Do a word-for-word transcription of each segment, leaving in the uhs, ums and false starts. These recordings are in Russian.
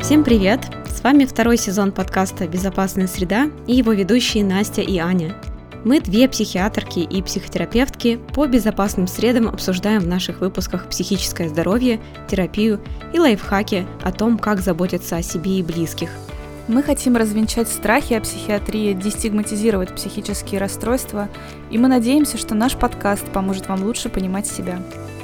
Всем привет! С вами второй сезон подкаста «Безопасная среда» и его ведущие Настя и Аня. Мы две психиатрки и психотерапевтки по безопасным средам обсуждаем в наших выпусках психическое здоровье, терапию и лайфхаки о том, как заботиться о себе и близких. Мы хотим развенчать страхи о психиатрии, дестигматизировать психические расстройства, и мы надеемся, что наш подкаст поможет вам лучше понимать себя.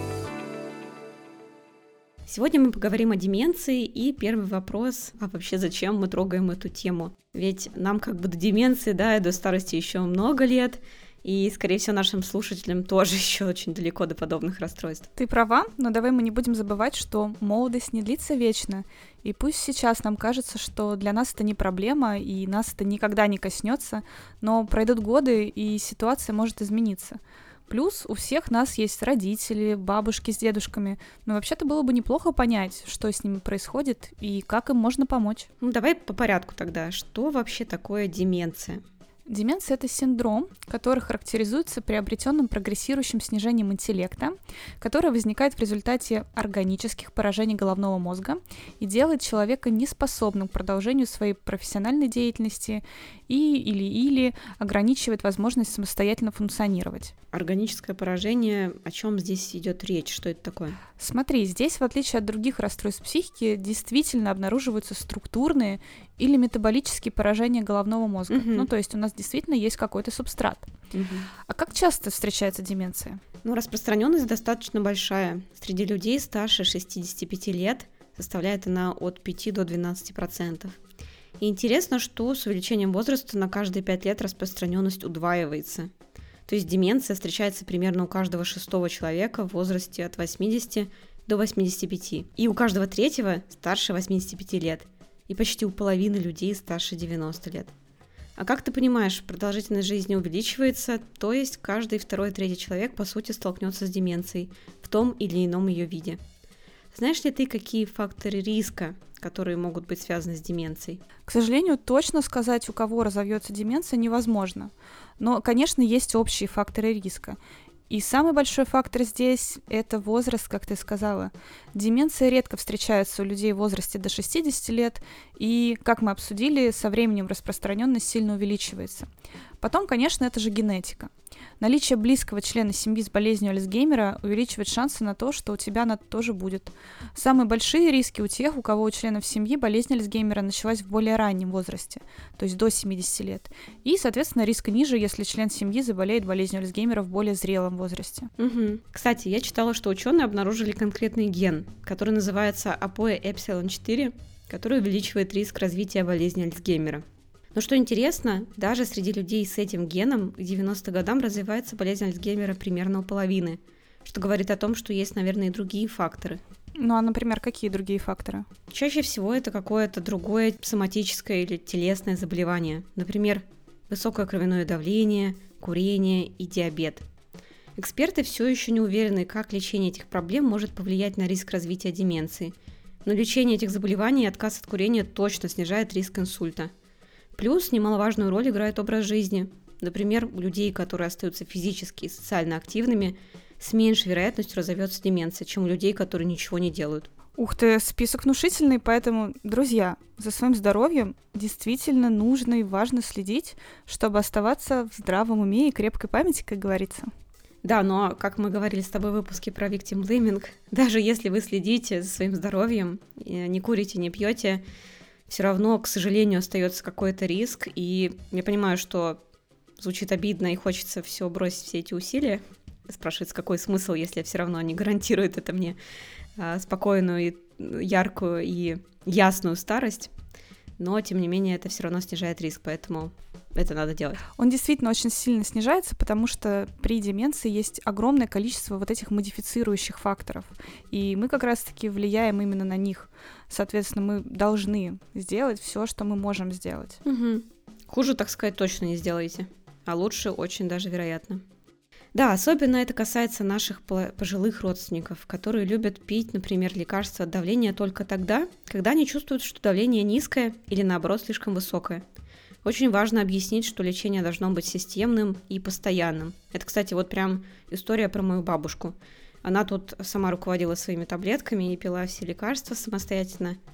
Сегодня мы поговорим о деменции, и первый вопрос, а вообще зачем мы трогаем эту тему? Ведь нам как бы до деменции, да, и до старости еще много лет, и, скорее всего, нашим слушателям тоже еще очень далеко до подобных расстройств. Ты права, но давай мы не будем забывать, что молодость не длится вечно, и пусть сейчас нам кажется, что для нас это не проблема, и нас это никогда не коснется, но пройдут годы, и ситуация может измениться. Плюс у всех нас есть родители, бабушки с дедушками, но вообще-то было бы неплохо понять, что с ними происходит и как им можно помочь. Ну, давай по порядку тогда. Что вообще такое деменция? Деменция — это синдром, который характеризуется приобретенным прогрессирующим снижением интеллекта, которое возникает в результате органических поражений головного мозга и делает человека неспособным к продолжению своей профессиональной деятельности и или-или ограничивает возможность самостоятельно функционировать. Органическое поражение, о чем здесь идет речь? Что это такое? Смотри, здесь, в отличие от других расстройств психики, действительно обнаруживаются структурные или метаболические поражения головного мозга. Угу. Ну, то есть у нас действительно есть какой-то субстрат. Угу. А как часто встречается деменция? Ну, распространенность достаточно большая. Среди людей старше шестидесяти пяти лет составляет она от пяти до двенадцати процентов. И интересно, что с увеличением возраста на каждые пять лет распространенность удваивается. То есть деменция встречается примерно у каждого шестого человека в возрасте от восьмидесяти до восьмидесяти пяти. И у каждого третьего старше восьмидесяти пяти лет. И почти у половины людей старше девяноста лет. А как ты понимаешь, продолжительность жизни увеличивается, то есть каждый второй и третий человек, по сути, столкнется с деменцией в том или ином ее виде. Знаешь ли ты, какие факторы риска, которые могут быть связаны с деменцией? К сожалению, точно сказать, у кого разовьется деменция, невозможно. Но, конечно, есть общие факторы риска. И самый большой фактор здесь – это возраст, как ты сказала. Деменция редко встречается у людей в возрасте до шестидесяти лет, и, как мы обсудили, со временем распространенность сильно увеличивается. Потом, конечно, это же генетика. Наличие близкого члена семьи с болезнью Альцгеймера увеличивает шансы на то, что у тебя она тоже будет. Самые большие риски у тех, у кого у членов семьи болезнь Альцгеймера началась в более раннем возрасте, то есть до семидесяти лет. И, соответственно, риск ниже, если член семьи заболеет болезнью Альцгеймера в более зрелом возрасте. Угу. Кстати, я читала, что ученые обнаружили конкретный ген, который называется эй пи о и эпсилон четыре, который увеличивает риск развития болезни Альцгеймера. Но что интересно, даже среди людей с этим геном к девяностым годам развивается болезнь Альцгеймера примерно у половины, что говорит о том, что есть, наверное, и другие факторы. Ну а, например, какие другие факторы? Чаще всего это какое-то другое соматическое или телесное заболевание, например, высокое кровяное давление, курение и диабет. Эксперты все еще не уверены, как лечение этих проблем может повлиять на риск развития деменции, но лечение этих заболеваний и отказ от курения точно снижает риск инсульта. Плюс немаловажную роль играет образ жизни. Например, у людей, которые остаются физически и социально активными, с меньшей вероятностью разовьется деменция, чем у людей, которые ничего не делают. Ух ты, список внушительный, поэтому, друзья, за своим здоровьем действительно нужно и важно следить, чтобы оставаться в здравом уме и крепкой памяти, как говорится. Да, но, как мы говорили с тобой в выпуске про victim blaming, даже если вы следите за своим здоровьем, не курите, не пьете, все равно, к сожалению, остается какой-то риск, и я понимаю, что звучит обидно и хочется все бросить, все эти усилия. Спрашивается, какой смысл, если все равно они гарантируют это мне а, спокойную, и яркую и ясную старость, но, тем не менее, это все равно снижает риск, поэтому это надо делать. Он действительно очень сильно снижается, потому что при деменции есть огромное количество вот этих модифицирующих факторов, и мы как раз-таки влияем именно на них. Соответственно, мы должны сделать все, что мы можем сделать. Угу. Хуже, так сказать, точно не сделаете, а лучше очень даже вероятно. Да, особенно это касается наших пожилых родственников, которые любят пить, например, лекарства от давления только тогда, когда они чувствуют, что давление низкое или, наоборот, слишком высокое. Очень важно объяснить, что лечение должно быть системным и постоянным. Это, кстати, вот прям история про мою бабушку. Она тут сама руководила своими таблетками и пила все лекарства самостоятельно.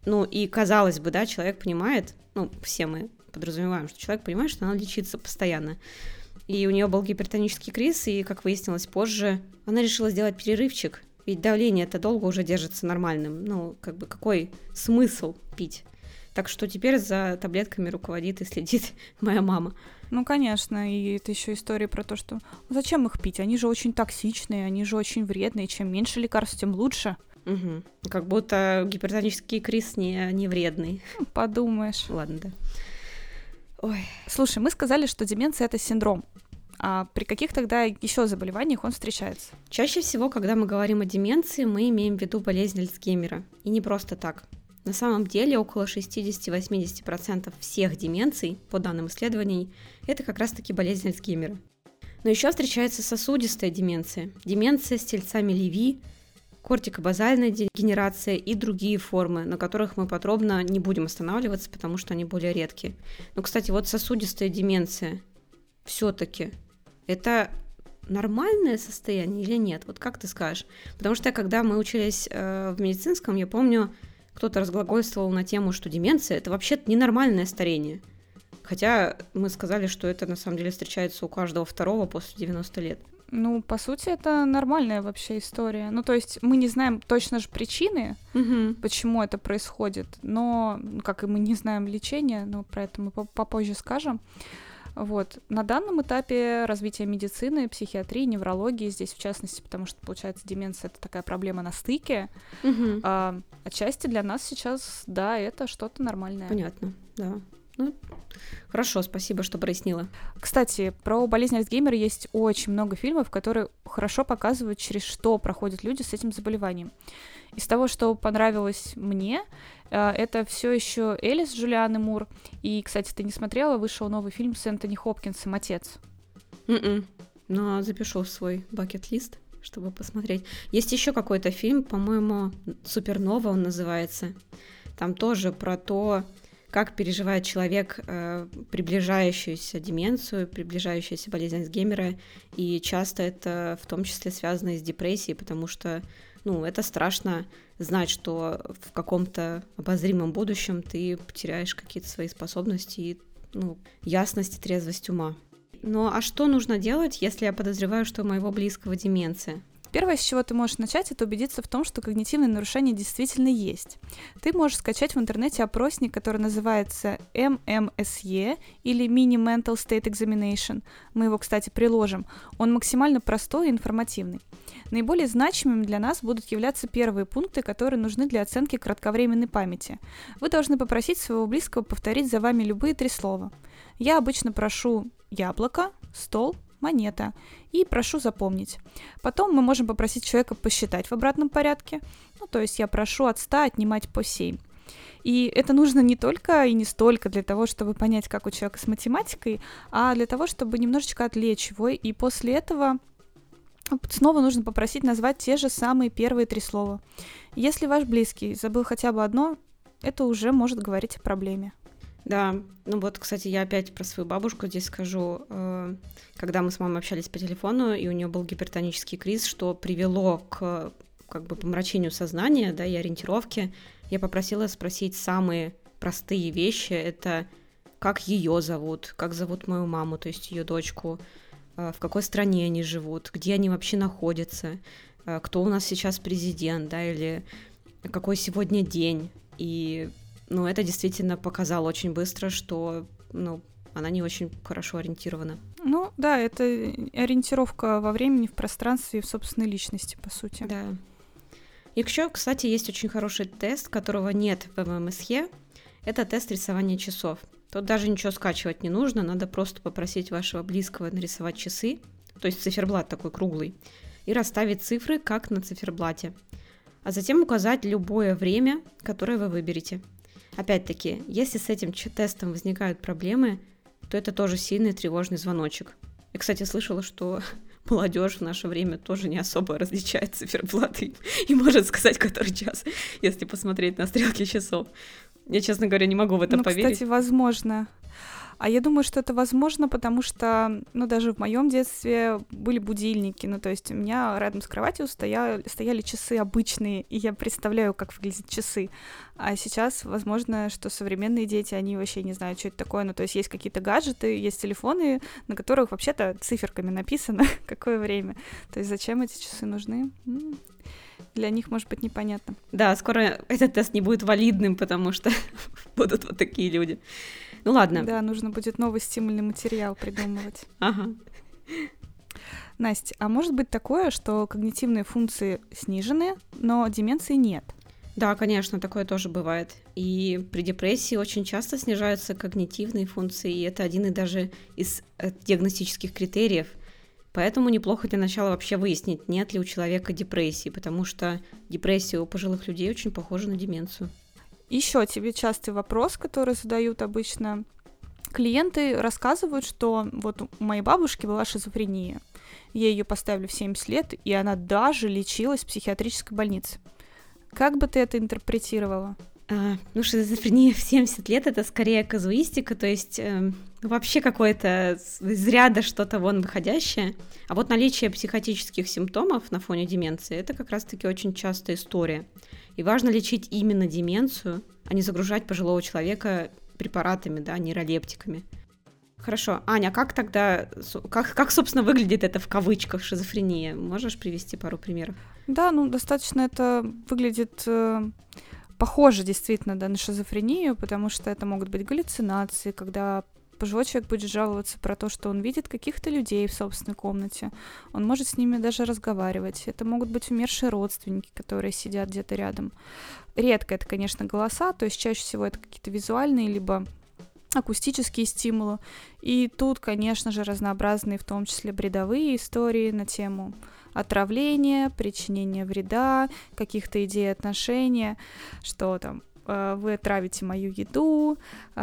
Ну, и казалось бы, да, человек понимает, ну, все мы подразумеваем, что человек понимает, что она лечится постоянно. И у нее был гипертонический криз, и, как выяснилось позже, она решила сделать перерывчик, ведь давление-то долго уже держится нормальным. Ну, как бы какой смысл пить? Так что теперь за таблетками руководит и следит моя мама. Ну, конечно, и это еще история про то, что зачем их пить? Они же очень токсичные, они же очень вредные. Чем меньше лекарств, тем лучше. Угу. Как будто гипертонический криз не, не вредный. Подумаешь. Ладно, да. Ой. Слушай, мы сказали, что деменция — это синдром. А при каких тогда еще заболеваниях он встречается? Чаще всего, когда мы говорим о деменции, мы имеем в виду болезнь Альцгеймера. И не просто так. На самом деле около шестьдесят-восемьдесят процентов всех деменций, по данным исследований, это как раз-таки болезнь Альцгеймера. Но еще встречается сосудистая деменция, деменция с тельцами Леви, кортикобазальная дегенерация и другие формы, на которых мы подробно не будем останавливаться, потому что они более редкие. Но, кстати, вот сосудистая деменция все-таки это нормальное состояние или нет? Вот как ты скажешь? Потому что когда мы учились э, в медицинском, я помню, кто-то разглагольствовал на тему, что деменция — это вообще-то ненормальное старение. Хотя мы сказали, что это на самом деле встречается у каждого второго после девяноста лет. Ну, по сути, это нормальная вообще история. Ну, то есть мы не знаем точно же причины, угу. почему это происходит, но, как и мы не знаем лечения, но про это мы попозже скажем. Вот. На данном этапе развития медицины, психиатрии, неврологии, здесь в частности, потому что, получается, деменция — это такая проблема на стыке, угу. а, отчасти для нас сейчас, да, это что-то нормальное. Понятно, да. Ну, хорошо, спасибо, что прояснила. Кстати, про болезнь Альцгеймера есть очень много фильмов, которые хорошо показывают, через что проходят люди с этим заболеванием. Из того, что понравилось мне, это все еще Элис Джулианы Мур. И, кстати, ты не смотрела, вышел новый фильм с Энтони Хопкинсом «Отец». Mm-mm. Ну, запишу в свой бакет-лист, чтобы посмотреть. Есть еще какой-то фильм, по-моему, «Супернова» он называется. Там тоже про то, как переживает человек э, приближающуюся деменцию, приближающуюся болезнь Альцгеймера, и часто это в том числе связано и с депрессией, потому что, ну, это страшно знать, что в каком-то обозримом будущем ты потеряешь какие-то свои способности и, ну, ясность и трезвость ума. Ну, а что нужно делать, если я подозреваю, что у моего близкого деменция? Первое, с чего ты можешь начать, это убедиться в том, что когнитивные нарушения действительно есть. Ты можешь скачать в интернете опросник, который называется эм эм эс и или Mini Mental State Examination. Мы его, кстати, приложим. Он максимально простой и информативный. Наиболее значимыми для нас будут являться первые пункты, которые нужны для оценки кратковременной памяти. Вы должны попросить своего близкого повторить за вами любые три слова. Я обычно прошу яблоко, стол, монета, и прошу запомнить. Потом мы можем попросить человека посчитать в обратном порядке. Ну, то есть я прошу от ста отнимать по семь. И это нужно не только и не столько для того, чтобы понять, как у человека с математикой, а для того, чтобы немножечко отвлечь его. И после этого снова нужно попросить назвать те же самые первые три слова. Если ваш близкий забыл хотя бы одно, это уже может говорить о проблеме. Да, ну вот, кстати, я опять про свою бабушку здесь скажу. Когда мы с мамой общались по телефону, и у нее был гипертонический криз, что привело к как бы помрачению сознания, да, и ориентировки, я попросила спросить самые простые вещи. Это как ее зовут, как зовут мою маму, то есть ее дочку, в какой стране они живут, где они вообще находятся, кто у нас сейчас президент, да, или какой сегодня день. И ну, это действительно показало очень быстро, что, ну, она не очень хорошо ориентирована. Ну, да, это ориентировка во времени, в пространстве и в собственной личности, по сути. Да. И еще, кстати, есть очень хороший тест, которого нет в эм эм эс и. Это тест рисования часов. Тут даже ничего скачивать не нужно, надо просто попросить вашего близкого нарисовать часы, то есть циферблат такой круглый, и расставить цифры, как на циферблате. А затем указать любое время, которое вы выберете. Опять-таки, если с этим тестом возникают проблемы, то это тоже сильный тревожный звоночек. Я, кстати, слышала, что молодежь в наше время тоже не особо различает циферблаты и может сказать, который час, если посмотреть на стрелки часов. Я, честно говоря, не могу в это ну, поверить. Кстати, возможно. А я думаю, что это возможно, потому что, ну, даже в моем детстве были будильники, ну, то есть у меня рядом с кроватью стояли, стояли часы обычные, и я представляю, как выглядят часы. А сейчас, возможно, что современные дети, они вообще не знают, что это такое, ну, то есть есть какие-то гаджеты, есть телефоны, на которых вообще-то циферками написано, какое время. То есть зачем эти часы нужны? Для них, может быть, непонятно. Да, скоро этот тест не будет валидным, потому что будут вот такие люди. Ну ладно. Да, нужно будет новый стимульный материал придумывать. Ага. Настя, а может быть такое, что когнитивные функции снижены, но деменции нет? Да, конечно, такое тоже бывает. И при депрессии очень часто снижаются когнитивные функции, и это один и даже из диагностических критериев. Поэтому неплохо для начала вообще выяснить, нет ли у человека депрессии, потому что депрессия у пожилых людей очень похожа на деменцию. Еще тебе частый вопрос, который задают обычно. Клиенты рассказывают, что вот у моей бабушки была шизофрения. Ей ее поставили в семьдесят лет, и она даже лечилась в психиатрической больнице. Как бы ты это интерпретировала? А, ну, шизофрения в семьдесят лет — это скорее казуистика, то есть э, вообще какое-то из ряда что-то вон выходящее. А вот наличие психотических симптомов на фоне деменции — это как раз-таки очень частая история. И важно лечить именно деменцию, а не загружать пожилого человека препаратами, да, нейролептиками. Хорошо. Аня, а как тогда, как, как, собственно, выглядит это в кавычках шизофрения? Можешь привести пару примеров? Да, ну, достаточно это выглядит э, похоже действительно, да, на шизофрению, потому что это могут быть галлюцинации, когда пожилой человек будет жаловаться про то, что он видит каких-то людей в собственной комнате. Он может с ними даже разговаривать. Это могут быть умершие родственники, которые сидят где-то рядом. Редко это, конечно, голоса, то есть чаще всего это какие-то визуальные либо акустические стимулы. И тут, конечно же, разнообразные, в том числе бредовые истории на тему отравления, причинения вреда, каких-то идей отношения, что там вы травите мою еду,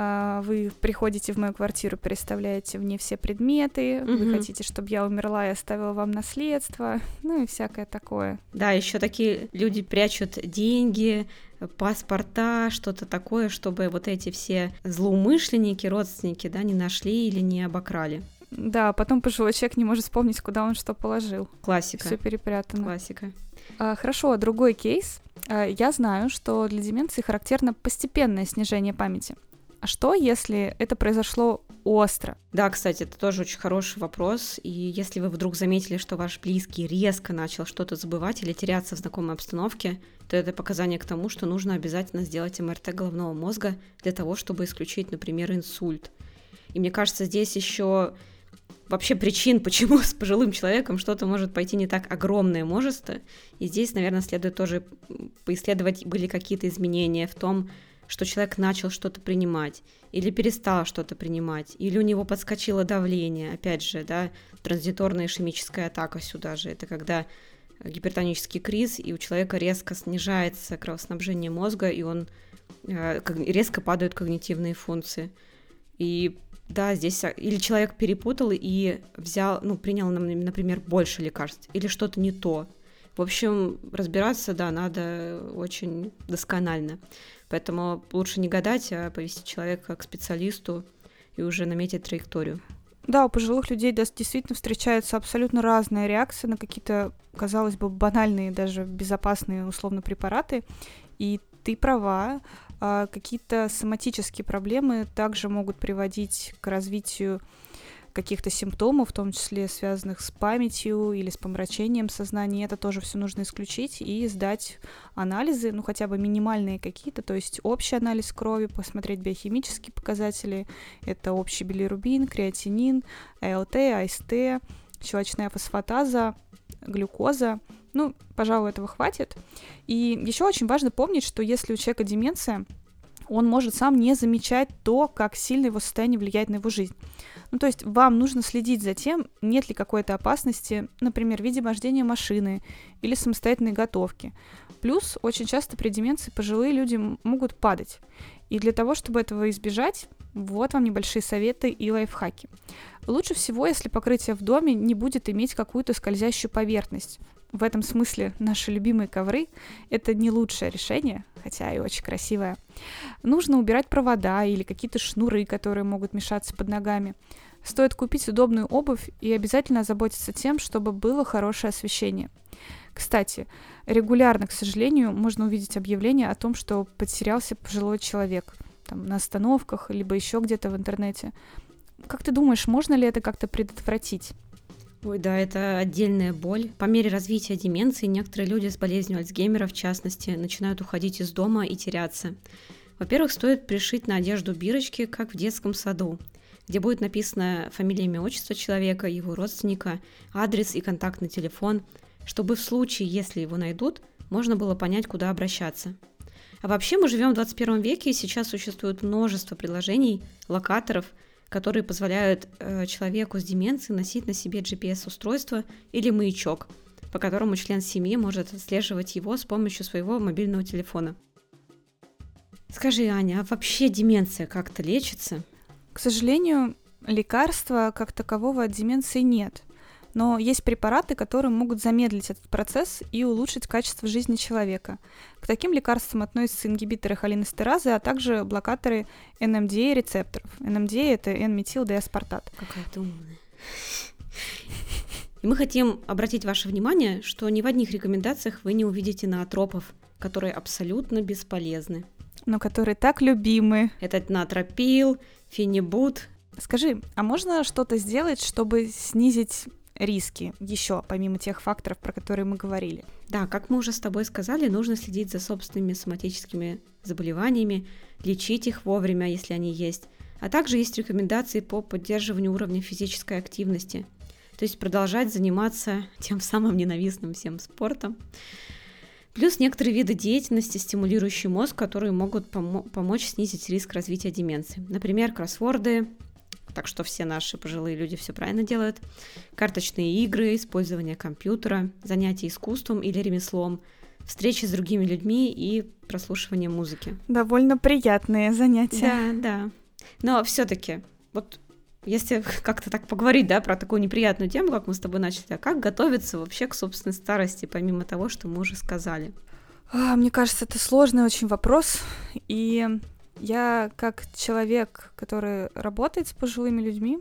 вы приходите в мою квартиру, переставляете в ней все предметы, mm-hmm. вы хотите, чтобы я умерла и оставила вам наследство, ну и всякое такое. Да, еще такие люди прячут деньги, паспорта, что-то такое, чтобы вот эти все злоумышленники, родственники, да, не нашли или не обокрали. Да, потом пожилой человек не может вспомнить, куда он что положил. Классика. Все перепрятано. Классика. А, хорошо, другой кейс. А, я знаю, что для деменции характерно постепенное снижение памяти. А что, если это произошло остро? Да, кстати, это тоже очень хороший вопрос. И если вы вдруг заметили, что ваш близкий резко начал что-то забывать или теряться в знакомой обстановке, то это показание к тому, что нужно обязательно сделать эм эр тэ головного мозга для того, чтобы исключить, например, инсульт. И мне кажется, здесь еще вообще причин, почему с пожилым человеком что-то может пойти не так, огромное множество. И здесь, наверное, следует тоже поисследовать, были какие-то изменения в том, что человек начал что-то принимать, или перестал что-то принимать, или у него подскочило давление. Опять же, да, транзиторная ишемическая атака сюда же. Это когда гипертонический криз, и у человека резко снижается кровоснабжение мозга, и он э, резко падают когнитивные функции. И да, здесь или человек перепутал и взял, ну, принял, например, больше лекарств, или что-то не то. В общем, разбираться, да, надо очень досконально. Поэтому лучше не гадать, а повести человека к специалисту и уже наметить траекторию. Да, у пожилых людей действительно встречаются абсолютно разные реакции на какие-то, казалось бы, банальные, даже безопасные условно препараты. И ты права, какие-то соматические проблемы также могут приводить к развитию каких-то симптомов, в том числе связанных с памятью или с помрачением сознания. Это тоже все нужно исключить и сдать анализы, ну хотя бы минимальные какие-то, то есть общий анализ крови, посмотреть биохимические показатели. Это общий билирубин, креатинин, а эл тэ, а эс тэ, щелочная фосфатаза, глюкоза. Ну, пожалуй, этого хватит. И еще очень важно помнить, что если у человека деменция, он может сам не замечать то, как сильно его состояние влияет на его жизнь. Ну, то есть вам нужно следить за тем, нет ли какой-то опасности, например, в виде вождения машины или самостоятельной готовки. Плюс очень часто при деменции пожилые люди могут падать. И для того, чтобы этого избежать, вот вам небольшие советы и лайфхаки. Лучше всего, если покрытие в доме не будет иметь какую-то скользящую поверхность. В этом смысле наши любимые ковры — это не лучшее решение, хотя и очень красивая. Нужно убирать провода или какие-то шнуры, которые могут мешаться под ногами. Стоит купить удобную обувь и обязательно озаботиться тем, чтобы было хорошее освещение. Кстати, регулярно, к сожалению, можно увидеть объявление о том, что потерялся пожилой человек там, на остановках, либо еще где-то в интернете. Как ты думаешь, можно ли это как-то предотвратить? Ой, да, это отдельная боль. По мере развития деменции некоторые люди с болезнью Альцгеймера, в частности, начинают уходить из дома и теряться. Во-первых, стоит пришить на одежду бирочки, как в детском саду, где будет написано фамилия, имя, отчество человека, его родственника, адрес и контактный телефон, чтобы в случае, если его найдут, можно было понять, куда обращаться. А вообще мы живем в двадцать первом веке, и сейчас существует множество приложений, локаторов, которые позволяют э, человеку с деменцией носить на себе джи пи эс-устройство или маячок, по которому член семьи может отслеживать его с помощью своего мобильного телефона. Скажи, Аня, а вообще деменция как-то лечится? К сожалению, лекарства как такового от деменции нет. Но есть препараты, которые могут замедлить этот процесс и улучшить качество жизни человека. К таким лекарствам относятся ингибиторы холинестеразы, а также блокаторы эн эм ди эй-рецепторов. эн эм ди эй – это N-метилдиаспартат. Какая ты умная. И мы хотим обратить ваше внимание, что ни в одних рекомендациях вы не увидите ноотропов, которые абсолютно бесполезны. Но которые так любимы. Это натропил, фенибут. Скажи, а можно что-то сделать, чтобы снизить риски еще, помимо тех факторов, про которые мы говорили? Да, как мы уже с тобой сказали, нужно следить за собственными соматическими заболеваниями, лечить их вовремя, если они есть. А также есть рекомендации по поддерживанию уровня физической активности. То есть продолжать заниматься тем самым ненавистным всем спортом. Плюс некоторые виды деятельности, стимулирующие мозг, которые могут помо- помочь снизить риск развития деменции. Например, кроссворды, так что все наши пожилые люди все правильно делают, карточные игры, использование компьютера, занятия искусством или ремеслом, встречи с другими людьми и прослушивание музыки. Довольно приятные занятия. Да, да. Но все-таки, вот если как-то так поговорить, да, про такую неприятную тему, как мы с тобой начали, а как готовиться вообще к собственной старости, помимо того, что мы уже сказали? Мне кажется, это сложный очень вопрос, и я как человек, который работает с пожилыми людьми,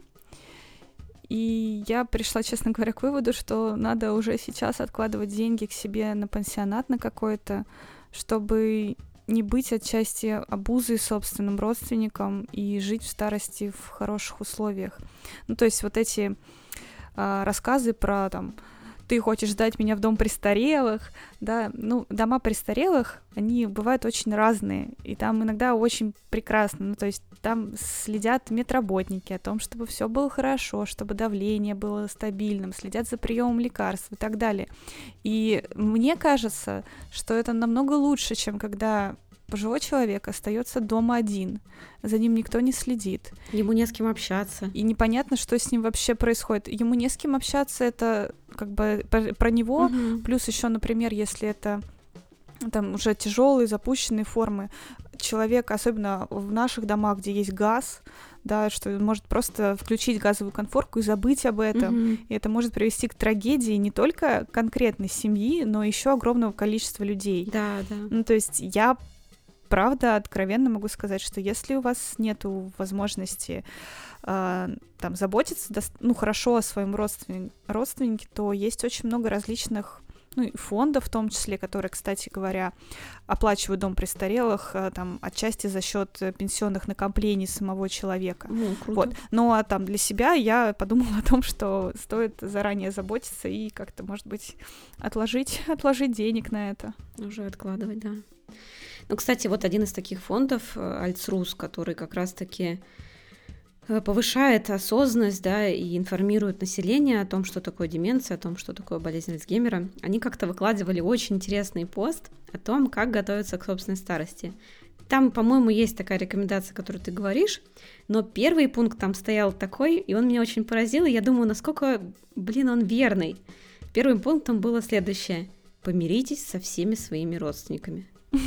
и я пришла, честно говоря, к выводу, что надо уже сейчас откладывать деньги к себе на пансионат на какой-то, чтобы не быть отчасти обузой собственным родственникам и жить в старости в хороших условиях. Ну, то есть вот эти а, рассказы про там «ты хочешь сдать меня в дом престарелых», да, ну, дома престарелых, они бывают очень разные, и там иногда очень прекрасно, ну, то есть там следят медработники о том, чтобы все было хорошо, чтобы давление было стабильным, следят за приемом лекарств и так далее. И мне кажется, что это намного лучше, чем когда пожилой человек остается дома один, за ним никто не следит. Ему не с кем общаться. И непонятно, что с ним вообще происходит. Ему не с кем общаться, это как бы про него. Угу. Плюс еще, например, если это там уже тяжелые запущенные формы, человек, особенно в наших домах, где есть газ, да, что он может просто включить газовую конфорку и забыть об этом. Mm-hmm. И это может привести к трагедии не только конкретной семьи, но еще огромного количества людей. Да, да. Ну, то есть я правда, откровенно могу сказать, что если у вас нету возможности э, там, заботиться ну, хорошо о своем родственнике, родственнике, то есть очень много различных ну, фондов в том числе, которые, кстати говоря, оплачивают дом престарелых э, там, отчасти за счет пенсионных накоплений самого человека. Ну, круто. Вот. Ну а там для себя я подумала о том, что стоит заранее заботиться и как-то, может быть, отложить, отложить денег на это. Уже откладывать, да. Ну, кстати, вот один из таких фондов, Альцрус, который как раз-таки повышает осознанность, да, и информирует население о том, что такое деменция, о том, что такое болезнь Альцгеймера. Они как-то выкладывали очень интересный пост о том, как готовиться к собственной старости. Там, по-моему, есть такая рекомендация, которую ты говоришь, но первый пункт там стоял такой, и он меня очень поразил, и я думаю, насколько, блин, он верный. Первым пунктом было следующее: помиритесь со всеми своими родственниками.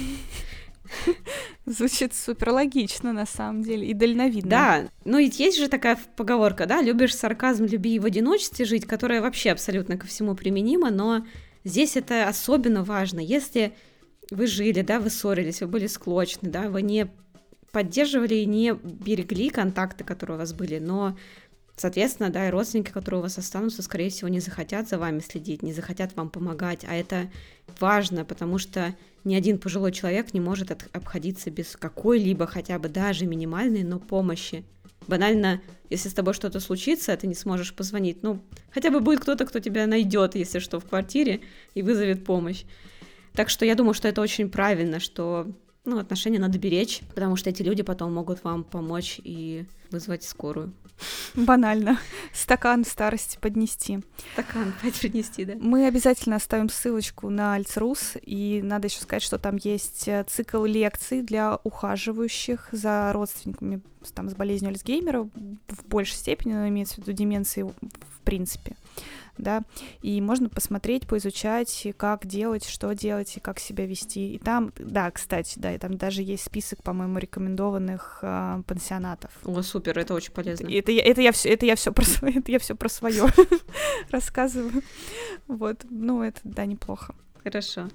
Звучит супер логично, на самом деле, и дальновидно. Да, ну ведь есть же такая поговорка, да, любишь сарказм, люби и в одиночестве жить, которая вообще абсолютно ко всему применима, но здесь это особенно важно. Если вы жили, да, вы ссорились, вы были склочны, да, вы не поддерживали и не берегли контакты, которые у вас были, но, соответственно, да, и родственники, которые у вас останутся, скорее всего, не захотят за вами следить, не захотят вам помогать, а это важно, потому что ни один пожилой человек не может от- обходиться без какой-либо, хотя бы даже минимальной, но помощи. Банально, если с тобой что-то случится, ты не сможешь позвонить, ну, хотя бы будет кто-то, кто тебя найдет, если что, в квартире и вызовет помощь. Так что я думаю, что это очень правильно, что, ну, отношения надо беречь, потому что эти люди потом могут вам помочь и вызвать скорую. Банально. Стакан старости поднести. Стакан опять принести, да? Мы обязательно оставим ссылочку на Альцрус, и надо еще сказать, что там есть цикл лекций для ухаживающих за родственниками там, с болезнью Альцгеймера в большей степени, но имеется в виду деменции в принципе. Да, и можно посмотреть, поизучать, как делать, что делать и как себя вести. И там, да, кстати, да, и там даже есть список, по-моему, рекомендованных э, пансионатов. О, супер, это очень полезно. Это, это, это я все, это я все про свое, это я все про свое рассказываю. Вот, ну это да, неплохо. Хорошо.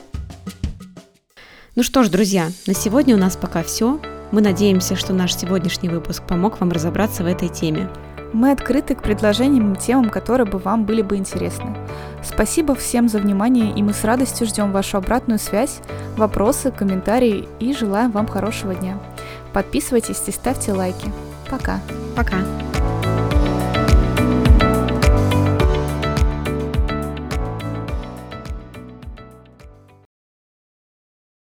Ну что ж, друзья, на сегодня у нас пока все. Мы надеемся, что наш сегодняшний выпуск помог вам разобраться в этой теме. Мы открыты к предложениям и темам, которые бы вам были бы интересны. Спасибо всем за внимание, и мы с радостью ждем вашу обратную связь, вопросы, комментарии и желаем вам хорошего дня. Подписывайтесь и ставьте лайки. Пока. Пока.